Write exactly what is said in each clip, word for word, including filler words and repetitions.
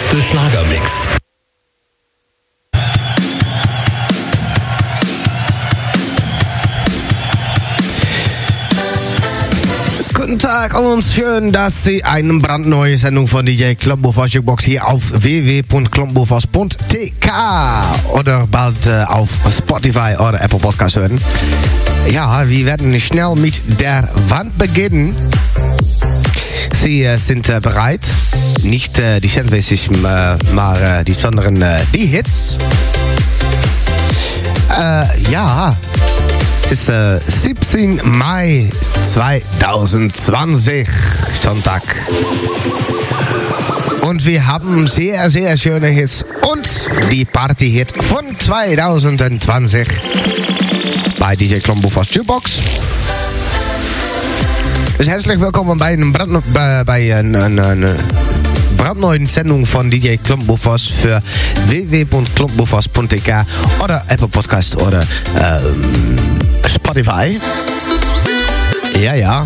beste Schlagermix. Guten Tag und schön, dass Sie eine brandneue Sendung von D J Klomboefers Jukebox hier auf w w w punkt klomboefers punkt t k oder bald äh, auf Spotify oder Apple Podcast hören. Ja, wir werden schnell mit der Wand beginnen. Sie äh, sind äh, bereit. Nicht äh, die Sandwiches, äh, maar äh, die, sondern äh, die Hits. Äh, ja. Es ist äh, siebzehnten Mai zweitausendzwanzig, Sonntag. Und wir haben sehr, sehr schöne Hits und die Party-Hit von zweitausendzwanzig bei D J Klomboefers Jukebox. Dus herzlich willkommen bei einer Brand, bei, bei einer, einer brandneuen Sendung von D J Klomboefers für w w w punkt klomboefers punkt t k oder Apple Podcast oder ähm, Spotify. Ja, ja.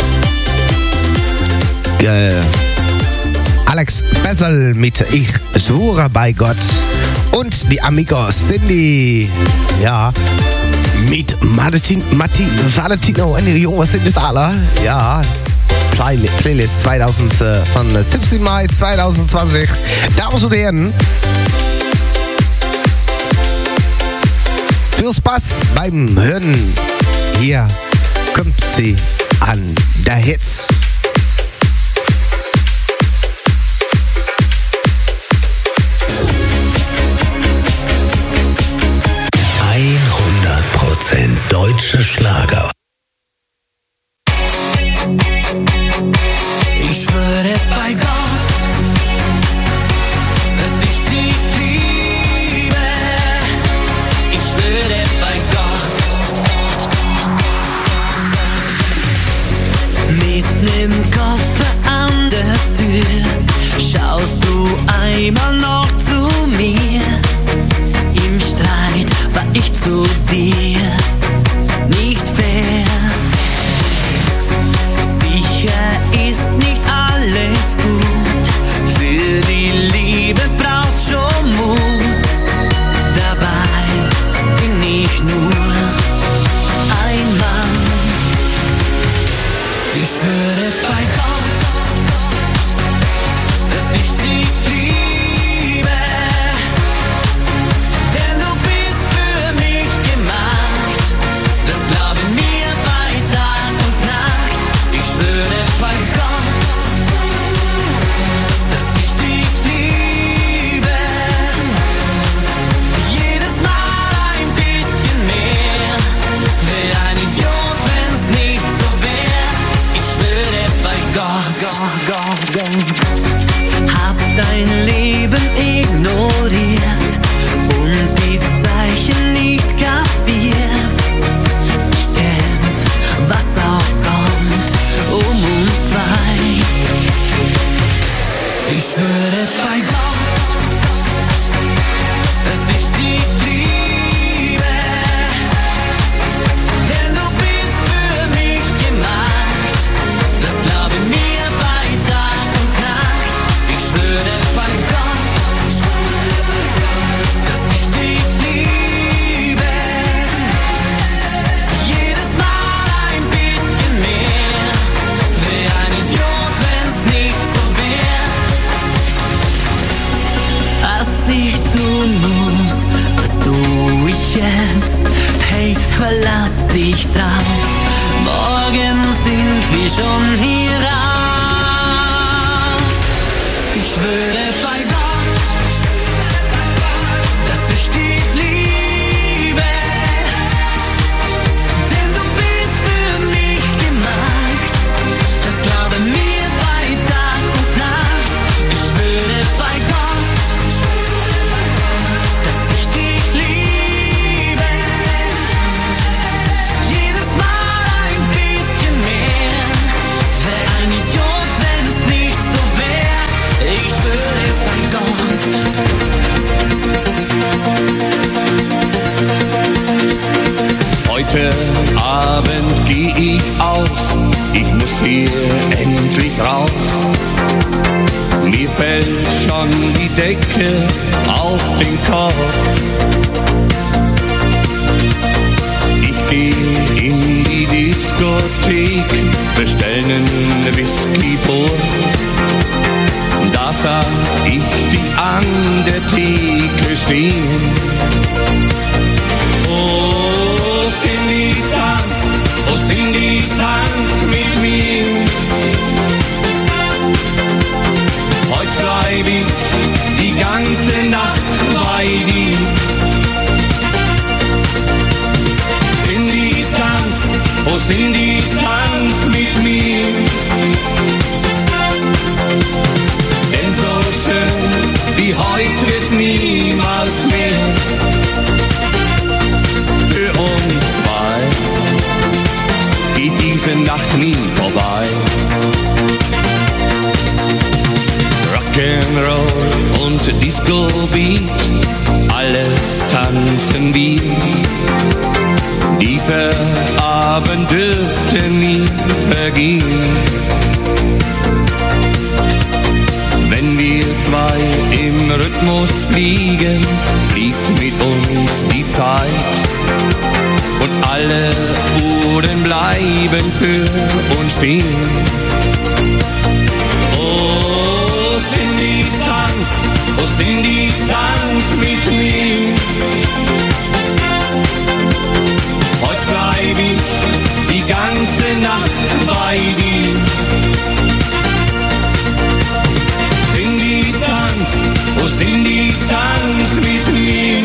Äh, Alex Bessel mit Ich schwöre bei Gott. Und die Amigos Cindy. Ja. Mit Martin, Martin, Valentino und die Jungs sind es alle. Ja. Playlist zweitausend, äh, von siebzehnten Mai zweitausendzwanzig. Damen und Herren. Viel Spaß beim Hören. Hier kommt sie an der Hits. hundert Prozent deutsche Schlager. Ich schwöre bei Gott, dass ich dich liebe. Ich schwöre bei Gott. Mitten im Koffer an der Tür schaust du einmal noch zu mir. Im Streit war ich zu dir nicht fair. Sicher ist nicht alles gut. Für die Liebe brauchst schon Mut. Dabei bin ich nur ein Mann. Ich schwöre bei Gott, dass ich dich liebe. Denn du bist für mich gemacht. Das glaube mir bei Tag und Nacht. Ich schwöre bei Gott, dass ich dich liebe. Jedes Mal ein bisschen mehr. Wär ein Idiot, wenn's nicht so wär. Ich schwöre bei Gott, Gott, Gott, Gott. Hab dein Leben ignoriert und die Zeichen nicht kapiert. Ich kämpf, was auch kommt, um uns zwei. Ich schwöre bei Gott, dass ich dich liebe. Denn du bist für mich gemacht. Das glaube mir bei Tag und Nacht. Ich schwöre bei Gott, dass ich dich liebe. Jedes Mal ein bisschen mehr. Wär ein Idiot, wenn's nicht so wär. Was ich tun muss, das tu ich jetzt. Hey, verlass dich drauf. Morgen sind wir schon hier raus. Ich schwöre bei Gott, dass ich dich liebe. Denn du bist für mich gemacht. Das glaube mir bei Tag und Nacht. Ich schwöre bei Gott, dass ich dich liebe. Jedes Mal ein bisschen mehr. Wär ein Idiot, wenn's nicht so wär. Ich schwöre bei Gott. Heute Abend geh ich aus, ich muss hier endlich raus. Mir fällt schon die Decke auf den Kopf. Ich geh in die Diskothek, bestell nen Whisky vor. Da sah ich die an der Theke stehen. Oh, Cindy, tanz, oh Cindy, tanz mit mir. Heute bleib ich die ganze Nacht bei dir. Cindy, tanz, oh Cindy, tanz mit mir. Denn so schön wie heute wird's niemals mehr. Für uns zwei geht diese Nacht nie vorbei. Rock'n'Roll und Disco-Beat, alles tanzen wir. Dieser Abend dürfte nie vergehen. Wenn wir zwei im Rhythmus fliegen, fliegt mit uns die Zeit. Und alle Uhren bleiben für uns stehen. Oh, Cindy, tanz, oh Cindy, tanz mit mir. Heute bleib ich die ganze Nacht bei dir. Cindy, tanz, oh Cindy, tanz mit mir.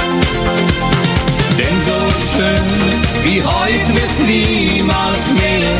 Denn so schön wie heute wird's niemals mehr.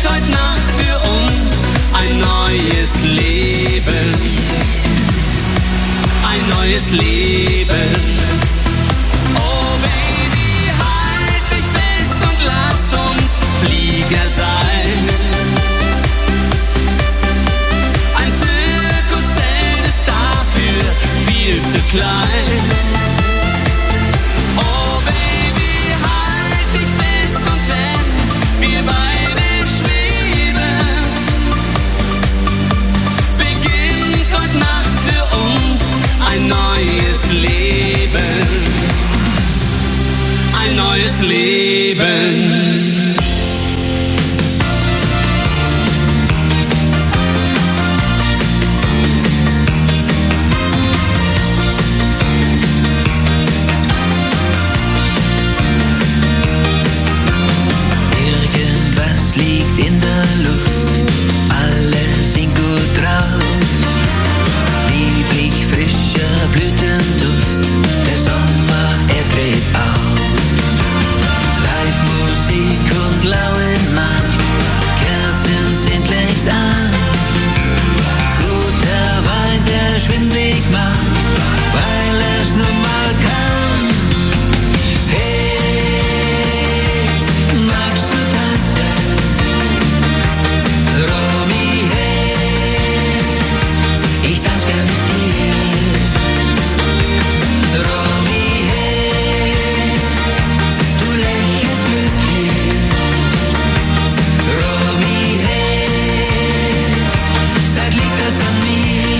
heute Nacht für uns ein neues Leben. Ein neues Leben. Oh Baby, halt dich fest und lass uns Flieger sein. Ein Zirkuszelt ist dafür viel zu klein. Oh Baby, halt dich fest und wenn wir beide schweben, beginnt heute Nacht für uns ein neues Leben. Ein neues Leben. Irgendwas liegt in der Luft, alle sind gut drauf. Lieblich frischer Blütenduft, der Sommer, er dreht auf. Live-Musik und laue Nacht, Kerzen sind längst an. Guter Wein, der schwindlig macht, weil er's nur mal kann. Hey, magst du tanzen? Romy, hey, ich tanz gern mit dir. Romy, hey, du lächelst glücklich. Romy, hey, sag, liegt das an mir?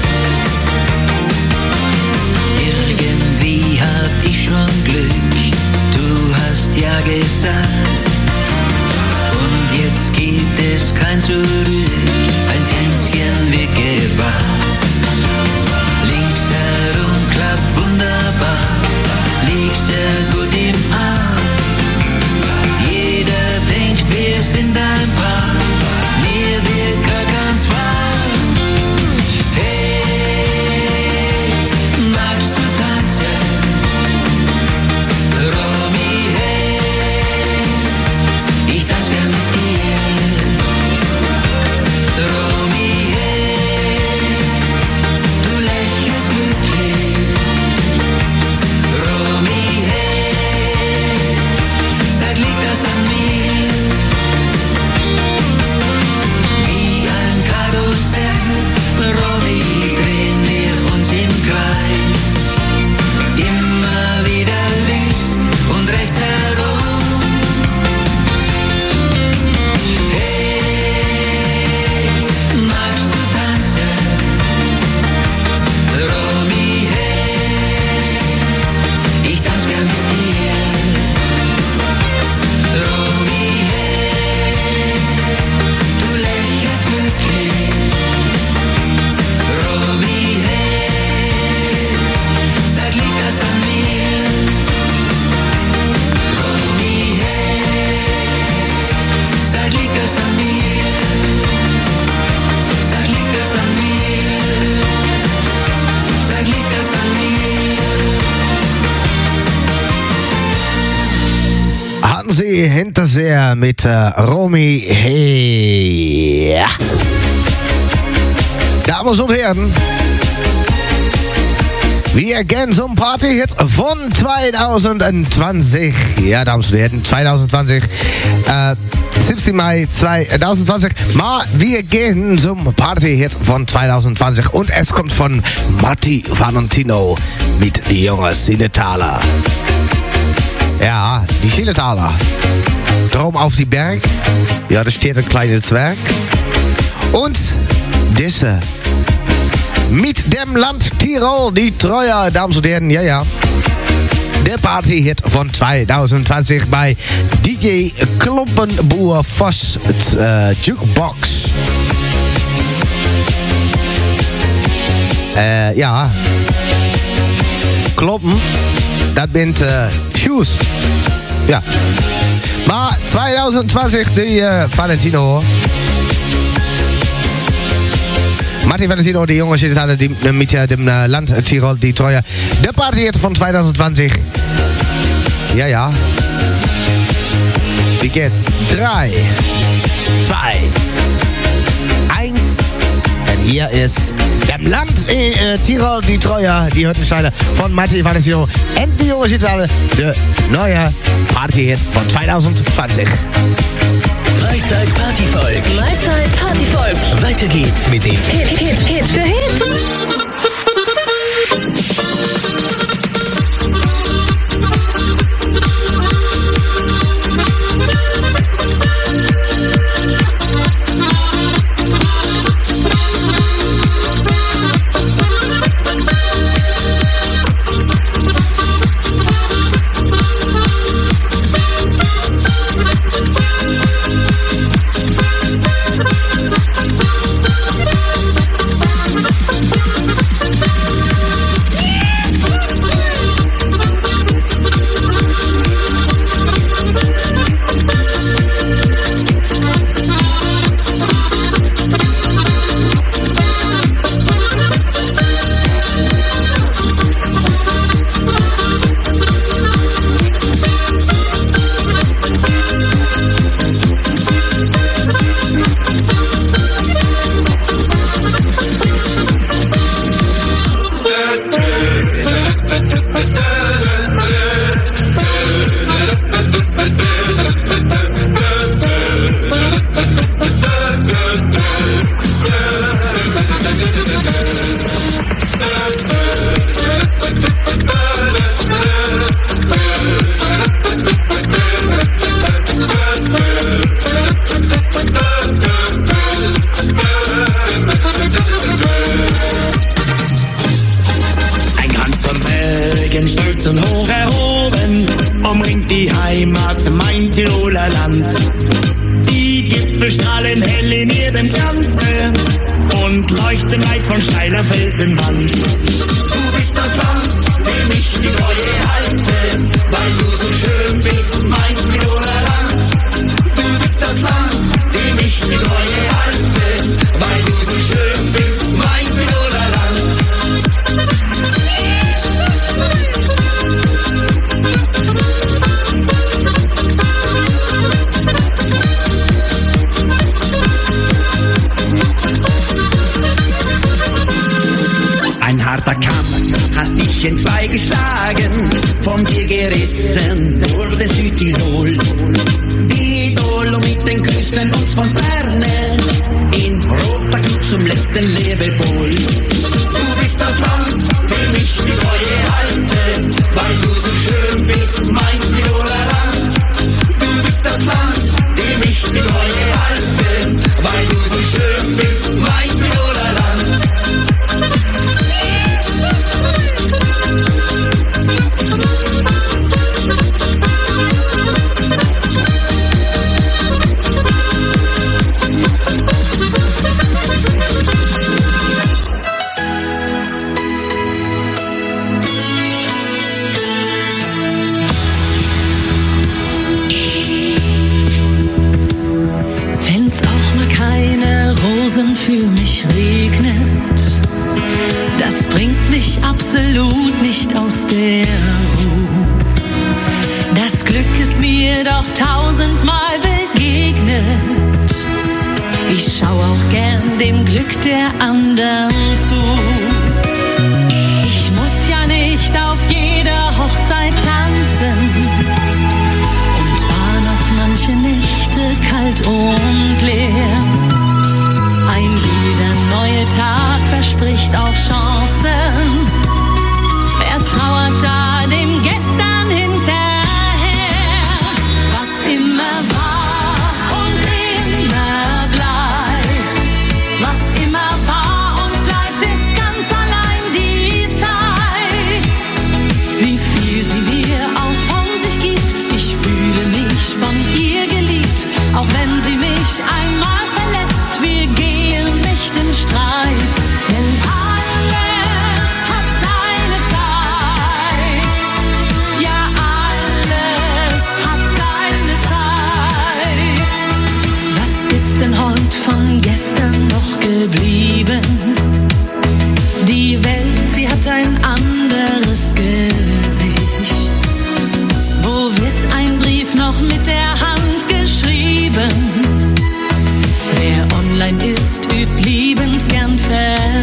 Irgendwie hab ich schon Glück, du hast ja gesagt. Und jetzt gibt es kein Zurück, ein Tänzchen wird gewagt. Links herum klappt wunderbar, liegt sehr gut im Arm. Jeder denkt, wir sind ein Paar, mir wird gar ganz warm. Hey, magst du tanzen? Romy, hey, ich tanz gern mit dir. Romy, hey, du lächelst glücklich. Romy, hey, sag, liegt das an mir? Wie ein Karussell, Romy, drehen wir uns im Kreis. Immer wieder links und rechts herum. Hey, magst du tanzen? Romy, hey, ich tanz gern mit dir. Romy, hey, du lächelst glücklich. Romy, hey, sag, liegt das an mir? Romy, hey, sag, liegt das an mir? Sag, liegt das an mir? Sag, liegt das an mir? Hansi Hinterseer mit äh, Romy Hey. Ja. Damen und Herren, wir gehen zum Party-Hit von zwanzig zwanzig. Ja, Damen und Herren, zwanzig zwanzig. Äh, siebzehnten Mai zwanzig zwanzig. Mal, wir gehen zum Party-Hit von zwanzig zwanzig. Und es kommt von Matti Valentino mit Die junge Sinnetaler. Ja, die Sinnetaler. Drum auf die Berg. Ja, da steht ein kleiner Zwerg. Und diese mit dem Land Tirol, die Treue, Damen und Herren, ja, ja. Der Party-Hit von zwanzig zwanzig bei D J Klompenboer Voss äh, Jukebox. Äh, ja. Klompen, das sind äh, Shoes. Ja. Maar zwanzig zwanzig, die uh, Valentino. Martin Valentino, die jongens zitten aan die, met uh, dem uh, Land Tirol, die Treue. De Party van zwanzig zwanzig. Ja, ja. Wie geht's? Drei, zwei, Eines dem Land äh, Tirol, die Treue, die Hüttensteine von Matti Valentino und die junge Gitarre, der neue Partyhit von zwanzig zwanzig. Freizeit Partyvolk. Freizeit Partyvolk. Weiter geht's mit dem Hit, Hit, Hit für Hit. Liebend gern ver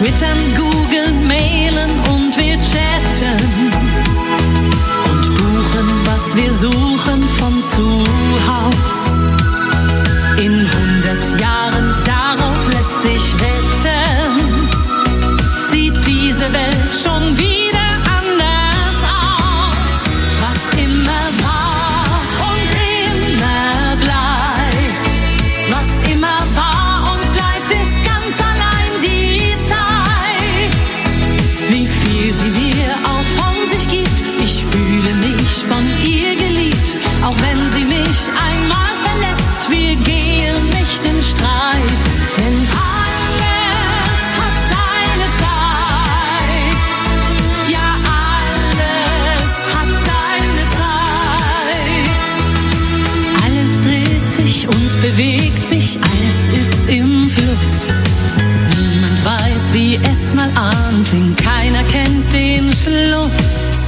Twittern, googeln, mailen und wir chatten und buchen, was wir suchen vom Zuhaus. In hundert Jahren, darauf lässt sich wetten, sieht diese Welt schon wieder anders aus. Was immer war und immer bleibt, was immer war und bleibt, ist ganz allein die Zeit. Wie viel sie mir auch von sich gibt, ich fühle mich von ihr geliebt, auch wenn sie mich einmal verlässt, wir gehen nicht in Streit, denn alles hat seine Zeit. Ja, alles hat seine Zeit. Alles dreht sich und bewegt sich, alles ist im Fluss. Niemand weiß, wie es mal anfing, keiner kennt den Schluss.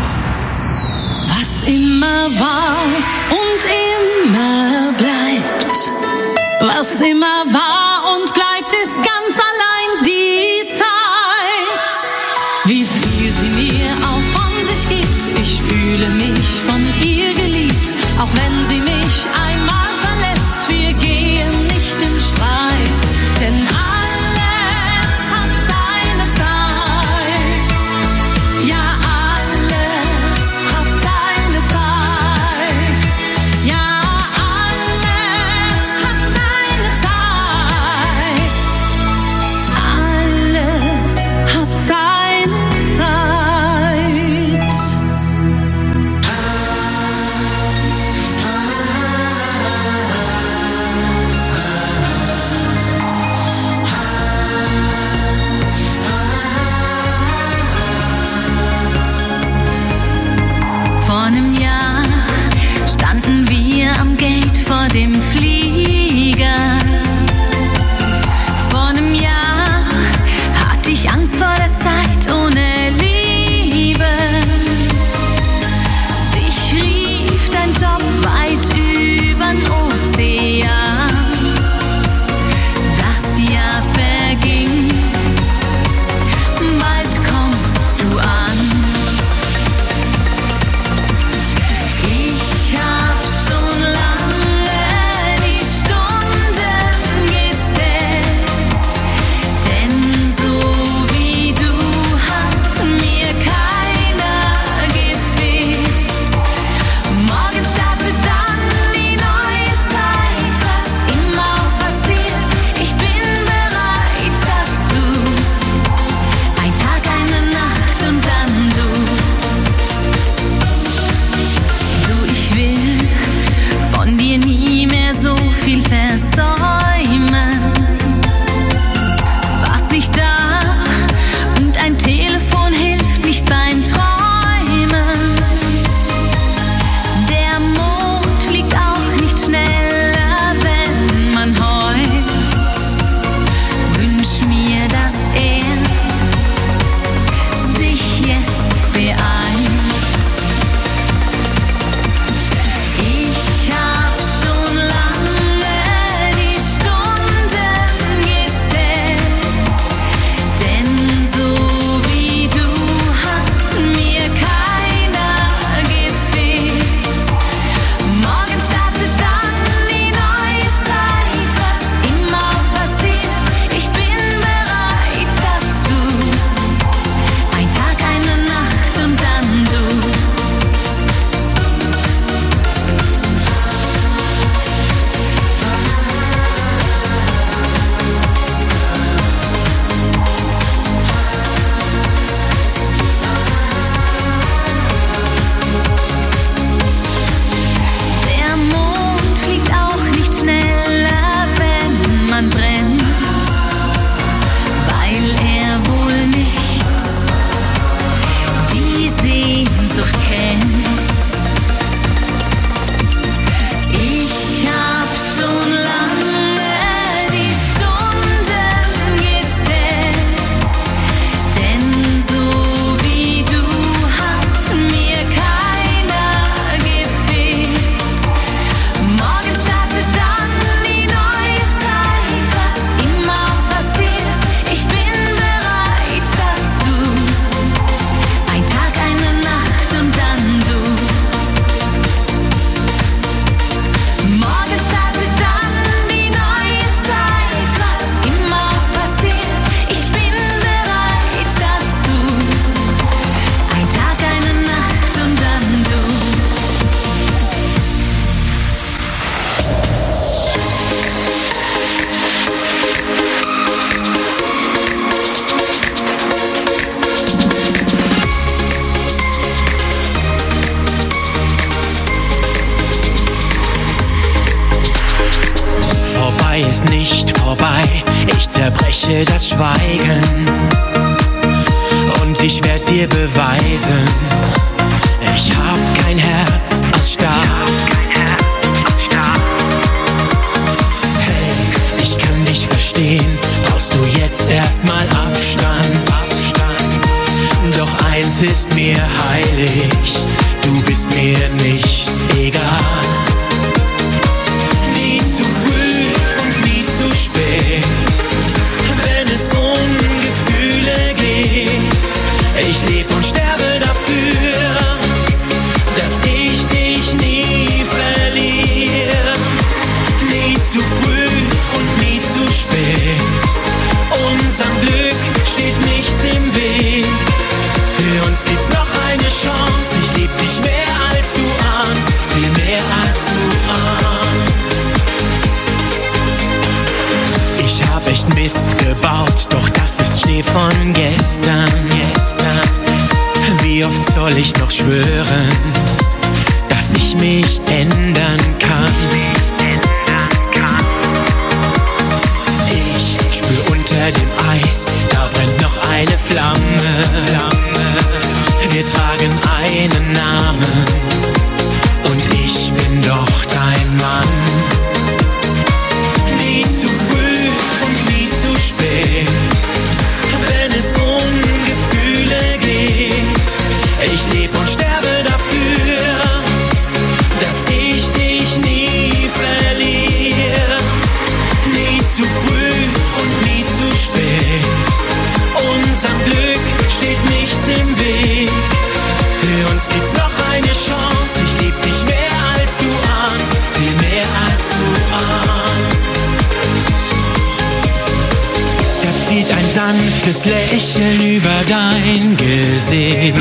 Was immer war und immer bleibt, was immer war und bleibt, ist ganz allein die Zeit. Wie viel sie mir auch von sich gibt, ich fühle mich von ihr geliebt, auch wenn sie mich einmal verlässt, wir gehen nicht in Streit, denn alles hat seine Zeit. Ja, alles hat seine Zeit. Ja, alles hat seine Zeit. Alles hat seine Zeit. Vor einem Jahr standen wir am Gate vor dem Flieger. Vor einem Jahr hatte ich Angst vor der Zeit ohne Liebe. Ich rief dein Job weit übern Ozean. Das Jahr verging, bald kommst du an. Ich hab schon lange die Stunden gezählt, denn so wie du hat mir keiner gefehlt. Morgen startet dann die neue Zeit, was immer auch passiert, ich bin bereit dazu. Ein Tag, eine Nacht und dann du. Du, ich will von dir nie mehr so viel versäumen, was nicht da und ein Telefon hilft nicht beim Träumen. Der Mond fliegt auch nicht schneller, wenn man heult. Wünsch mir, dass er sich jetzt beeilt. Ich hab schon lange sei es nicht vorbei. Ich zerbreche das Schweigen und ich werd dir beweisen, ich hab kein Herz aus Stahl. Hey, ich kann dich verstehen, brauchst du jetzt erstmal Abstand. Doch eins ist mir heilig, du bist mir nicht egal. Nie zu früh und nie zu spät, wenn es um Gefühle geht. Ich leb und sterbe dafür, dass ich dich nie verliere. Nie zu früh und nie zu spät, unserem Glück steht nichts im Weg. Für uns gibt's noch eine Chance, ich lieb dich mehr als du ahnst, viel mehr als du ahnst. Ich hab echt Mist gebaut, doch das ist Schnee von gestern, gestern. Wie oft soll ich noch schwören, dass ich mich ändern kann? Ich spür unter dem Eis, da brennt noch eine Flamme, Flamme. Wir tragen einen Namen und ich bin doch dein Mann. Nie zu früh und nie zu spät, wenn es um Gefühle geht. Ich leb und sterbe dafür, dass ich dich nie verliere. Nie zu früh und nie zu spät, unserem Glück steht nichts im Weg. Für uns gibt's noch eine Chance, ich lieb dich mehr als du ahnst, viel mehr als du ahnst. Da zieht ein sanftes Lächeln über dein Gesicht,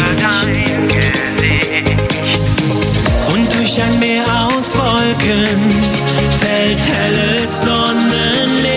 und durch ein Meer aus Wolken fällt helles Sonnenlicht.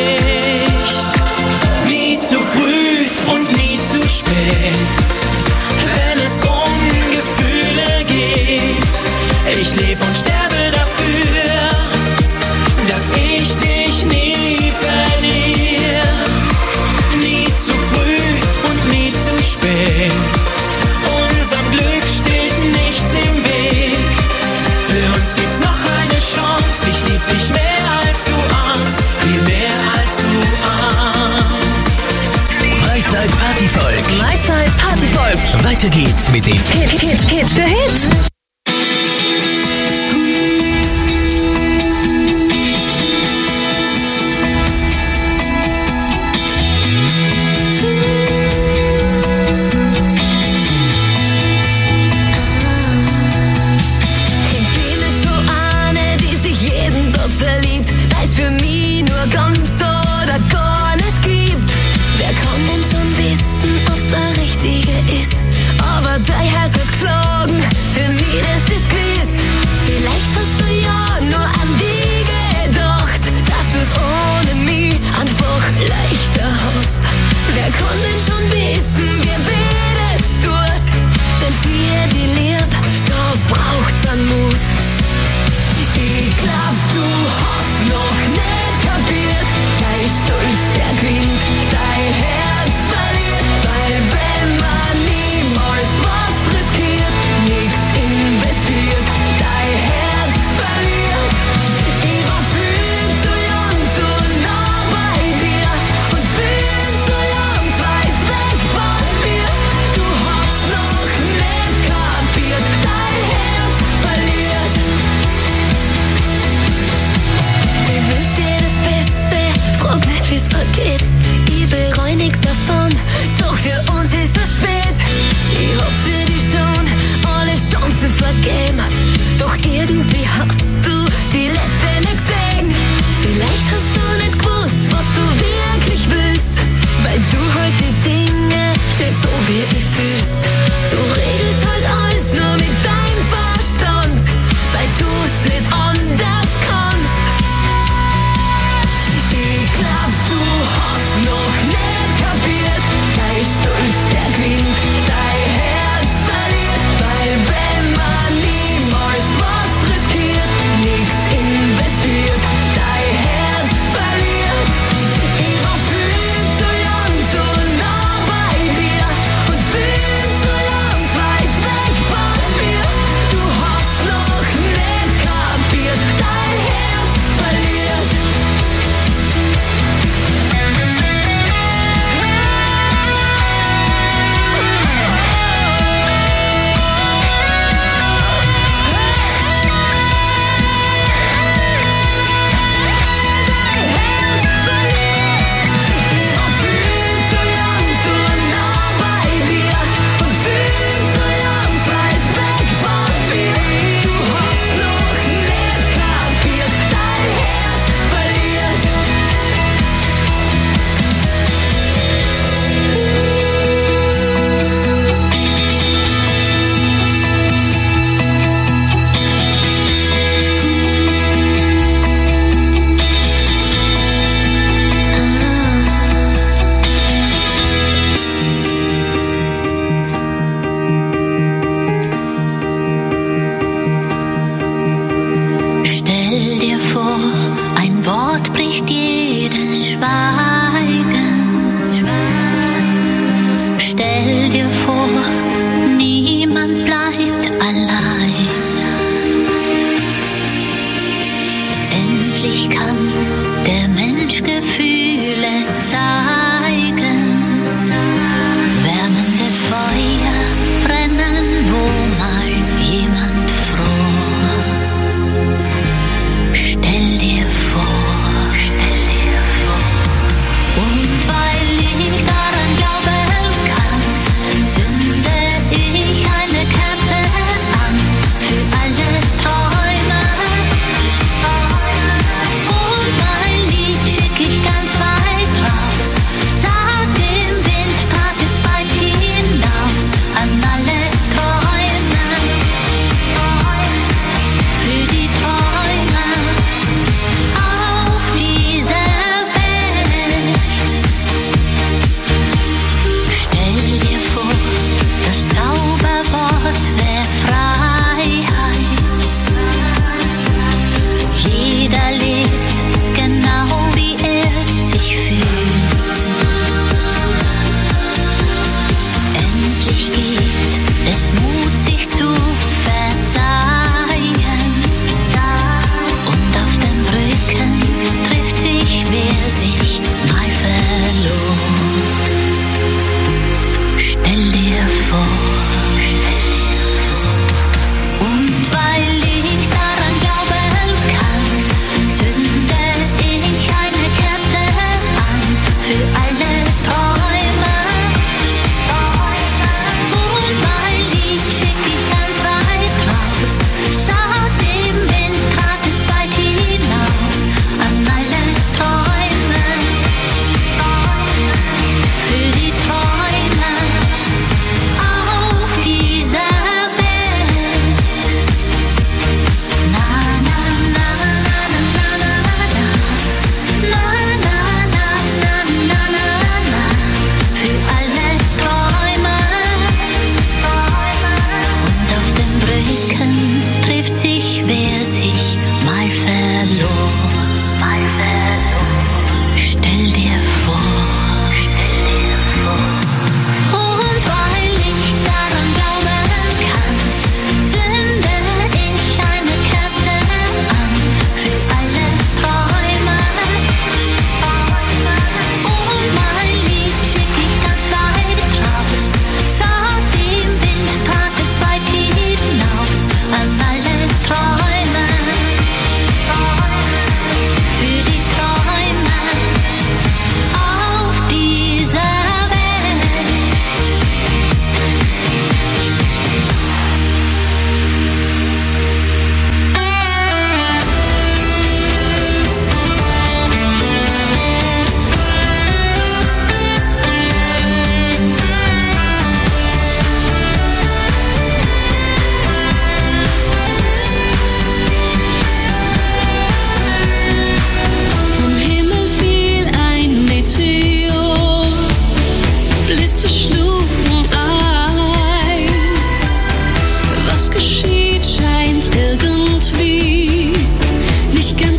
Nie zu früh und nie zu spät, wenn es um Gefühle geht. Ich leb und sterbe dafür, dass ich dich nie verliere. Nie zu früh und nie zu spät, unserem Glück steht nichts im Weg. Für uns gibt's noch eine Chance, ich lieb dich mehr als du ahnst, viel mehr als du ahnst. Mahlzeit Partyvolk. Mahlzeit Partyvolk. Weiter geht's mit dem Hit, Hit, Hit für Hit. Dein Herz wird klogen, für mich das ist gewiss. Vielleicht hast du ja nur an die gedacht, dass du's ohne mich einfach leichter hast. Wer kann denn schon wissen, wie weh das tut? Denn für die Liebe, da braucht's an Mut. Ich glaub, du hast noch nicht kapiert, dein Stolz der gewinnt, dein Herz verliert, weil wenn man niemals was riskiert, nix investiert, dein Herz verliert. Ich war viel zu lang so nah bei dir und viel zu lang weit weg von mir. Du hast noch nicht kapiert, dein Herz verliert. Ich wünsch dir das Beste, frag nicht wie's geht. Ich bereu nix davon, doch für uns ist es spät. Ich hab für dich schon alle Chancen vergeben, doch irgendwie hast du die letzte nicht gesehen. Vielleicht hast du nicht gewusst, was du wirklich willst, weil du halt die Dinge nicht so wie ich fühlst. Du regelst halt alles nur mit deinem Verstand, weil du's nicht anders kannst. Ich glaub, du hast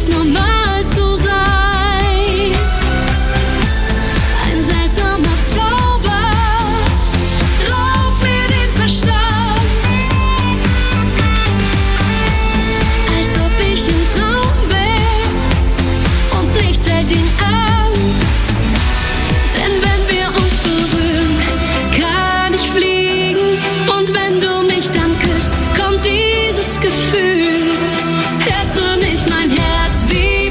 ganz normal zu sein. Ein seltsamer Zauber raubt mir den Verstand, als ob ich im Traum wär und nichts hält ihn an. Denn wenn wir uns berühren, kann ich fliegen, und wenn du mich dann küsst, kommt dieses Gefühl. Hörst du nicht mein Herz wie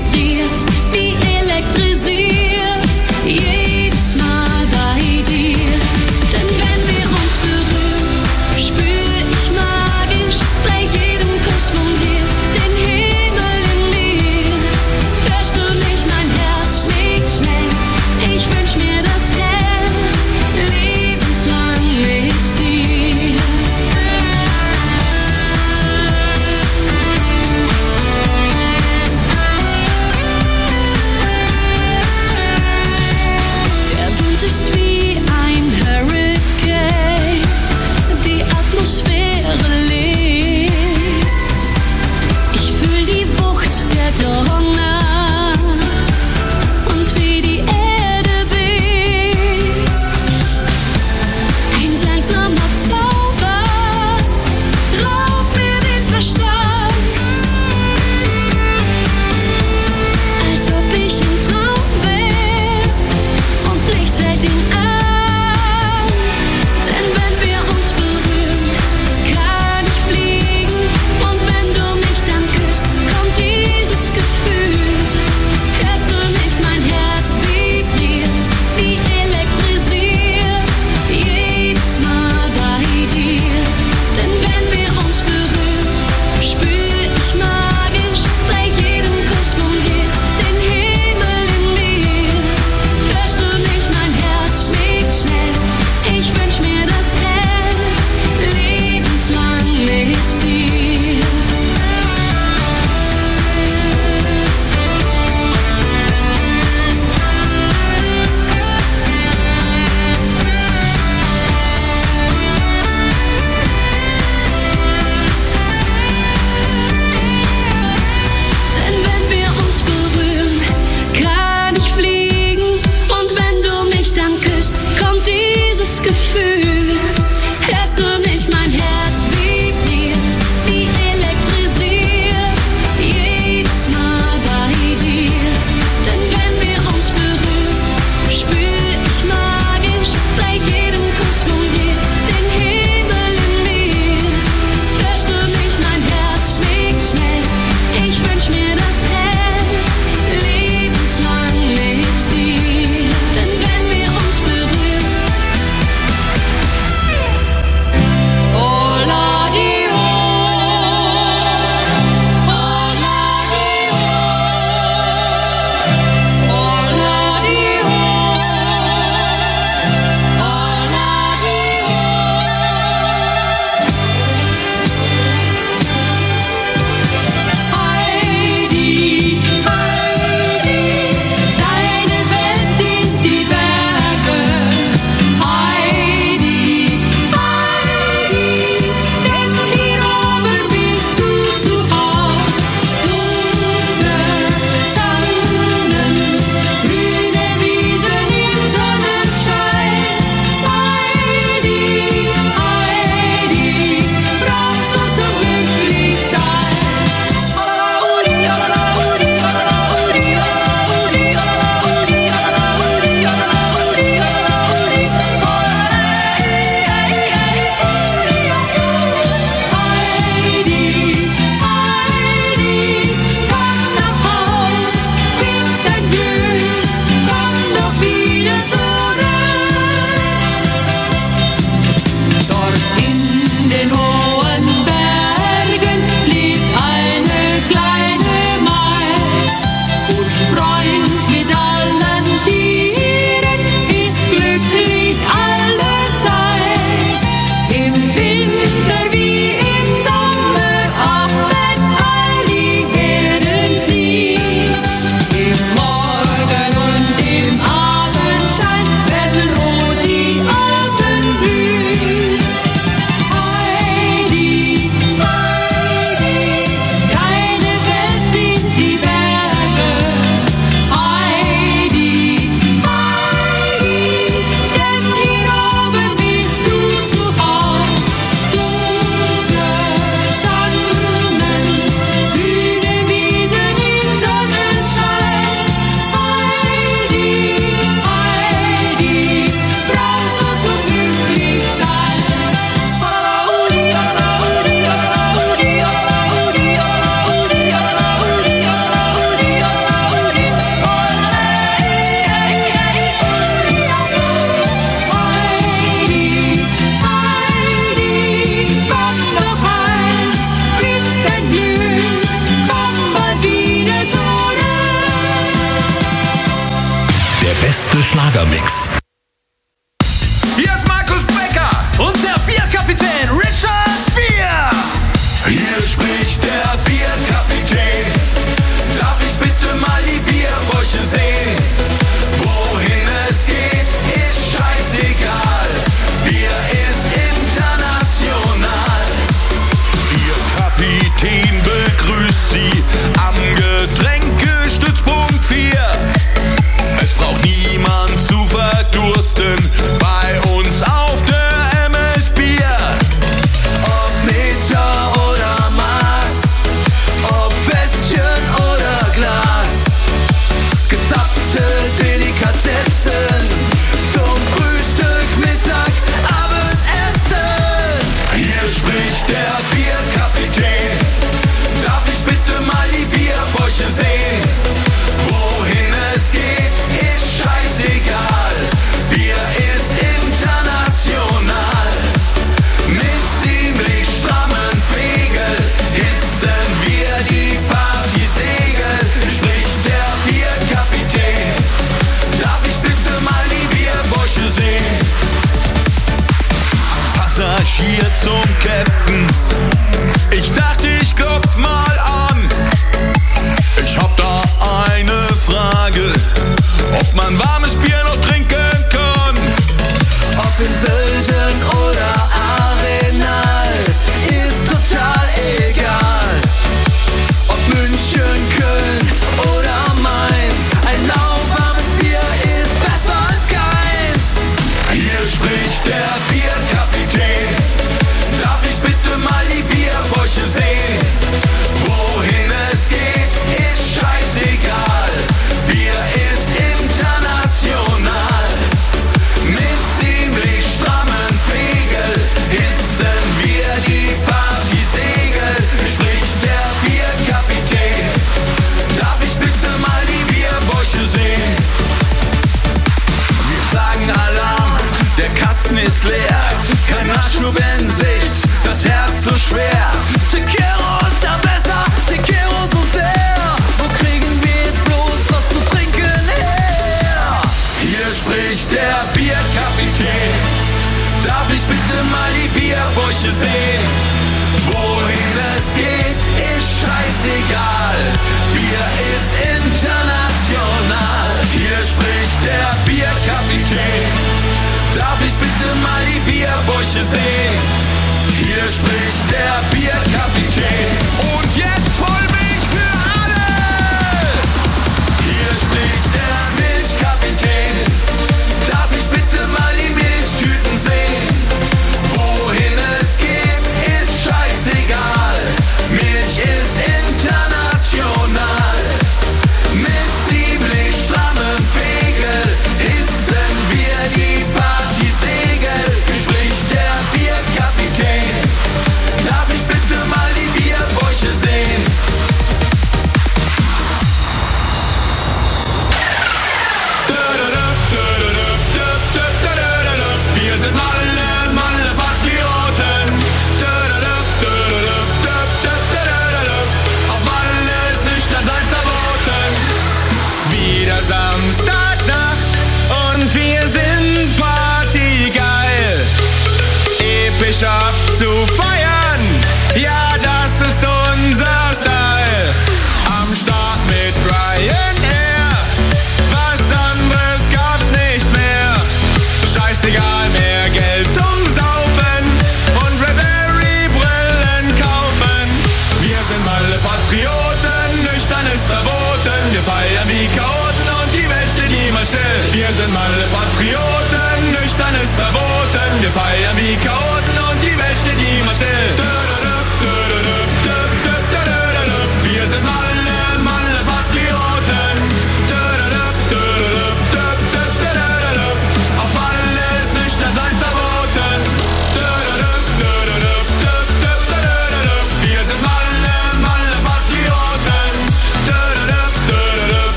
beste Schlagermix. Hier ist Markus Becker und der Bierkapitän Richard Bier. Hier spricht der Bierkapitän. Darf ich bitte mal die Bierbäuche sehen? Wohin es geht, ist scheißegal. Bier ist international. Bierkapitän begrüßt Sie am Getränkestützpunkt vier. Es braucht niemand zu verdursten.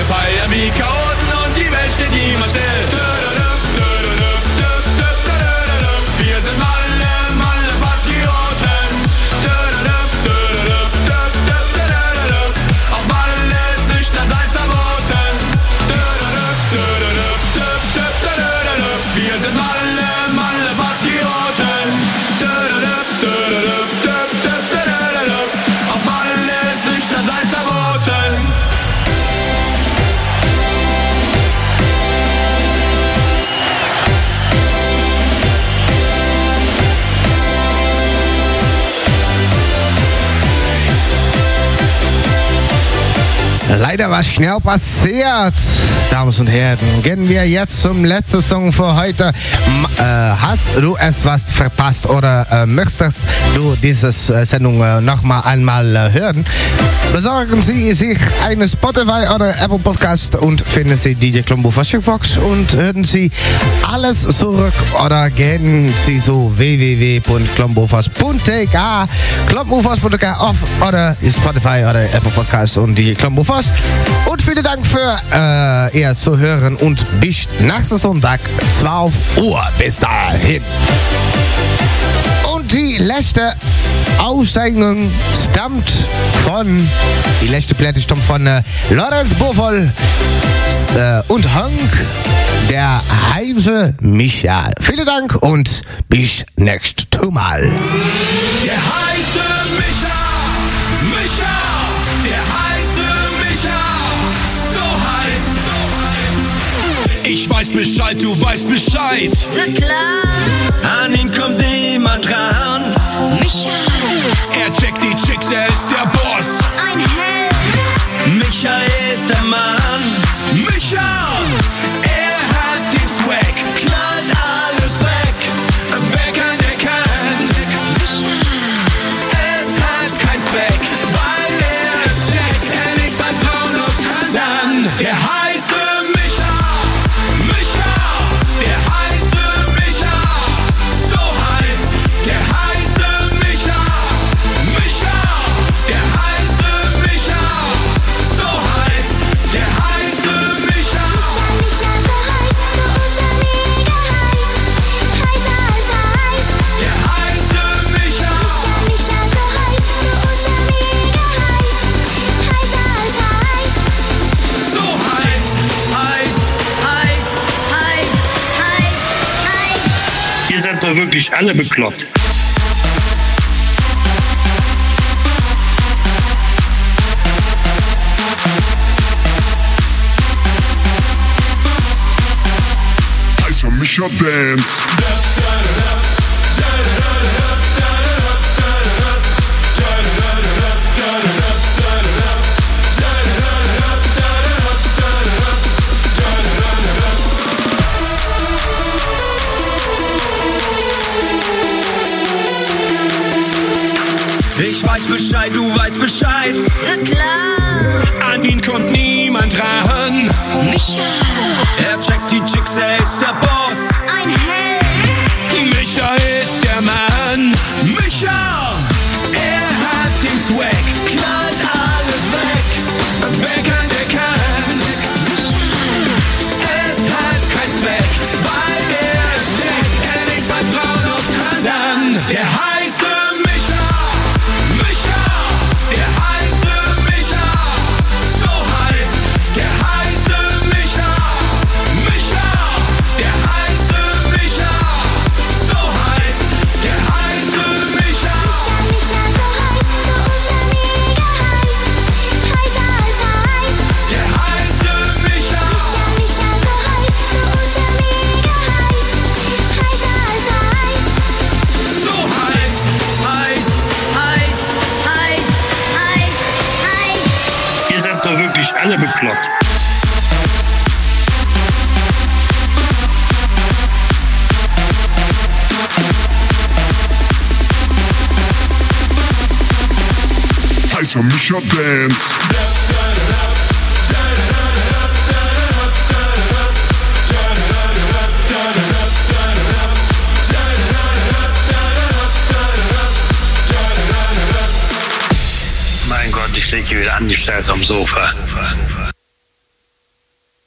feiern wie Chaoten und die Welt steht niemals still. Wir sind Malle, Malle Patrioten. Auf Malle ist nüchtern sein verboten. Wir sind Malle, Malle Patrioten. Auf Malle ist nüchtern sein verboten. Leider war schnell passiert. Damen und Herren, gehen wir jetzt zum letzten Song für heute. M- äh, hast du es was verpasst oder äh, möchtest du diese äh, Sendung äh, nochmal einmal äh, hören? Besorgen Sie sich eine Spotify oder Apple Podcast und finden Sie D J Klombo Jukebox und hören Sie alles zurück oder gehen Sie zu w w w punkt klombofas punkt t k klombofas punkt t k auf oder Spotify oder Apple Podcast und D J Klombo. Und vielen Dank für äh, ihr zu hören und bis nächsten Sonntag zwölf Uhr. Bis dahin. Und die letzte Auszeichnung stammt von, die letzte Platte stammt von äh, Lorenz Buffel äh, und Hank, der Heimse Michael. Vielen Dank und bis nächstes Mal. Der heiße Micha, Micha, der heiße Micha, so heiß. Ich weiß Bescheid, du weißt Bescheid. Na klar, An ihn kommt niemand ran. Micha, Er checkt die Chicks, er ist der Boss. ein Held. Micha ist der Mann. Micha, er hat den Swag, knallt alles weg. Wer kann, der kann. Micha, Es hat keinen Zweck, weil er es checkt. Er legt beim Frauen auf Tandan. Der heiße Micha, Micha, der heiße Micha, so heiß. Der heiße Micha, Micha, der heiße Micha, so heiß. Der heiße Micha. Micha, so heiß, so ultra mega heiß. Heißer als Eis. Der heiße Micha. Micha, so heiß, so ultra mega heiß. Heißer als Eis. So heiß, Eis, Eis, Eis, Eis, Eis. Ihr seid doch wirklich alle bekloppt. Heißer Micha Dance. Ich weiß Bescheid, du weißt Bescheid. Na klar, An ihn kommt niemand ran. Micha, Er checkt die Chicks, er ist der Boss. ein Held. Micha ist der Mann. Micha, er hat den Swag, knallt alles weg. Wer kann, der kann. Es hat keinen Zweck, weil er es checkt. Er legt bei Frauen auf Tandan. Der heiße Micha, Micha, der heiße Micha, so heiß. Der heiße Micha, Micha, der heiße Micha, so heiß. Der heiße Micha. Micha, so heiß, so ultra mega heiß. Heißer als Eis. Der heiße Micha. Micha, so heiß, so ultra mega heiß. Heißer als Eis. So heiß, Eis, Eis, Eis, Eis, Eis. Ihr seid doch wirklich alle bekloppt. Heißer Micha Dance. Mein Gott, ich liege hier wieder angestellt am Sofa.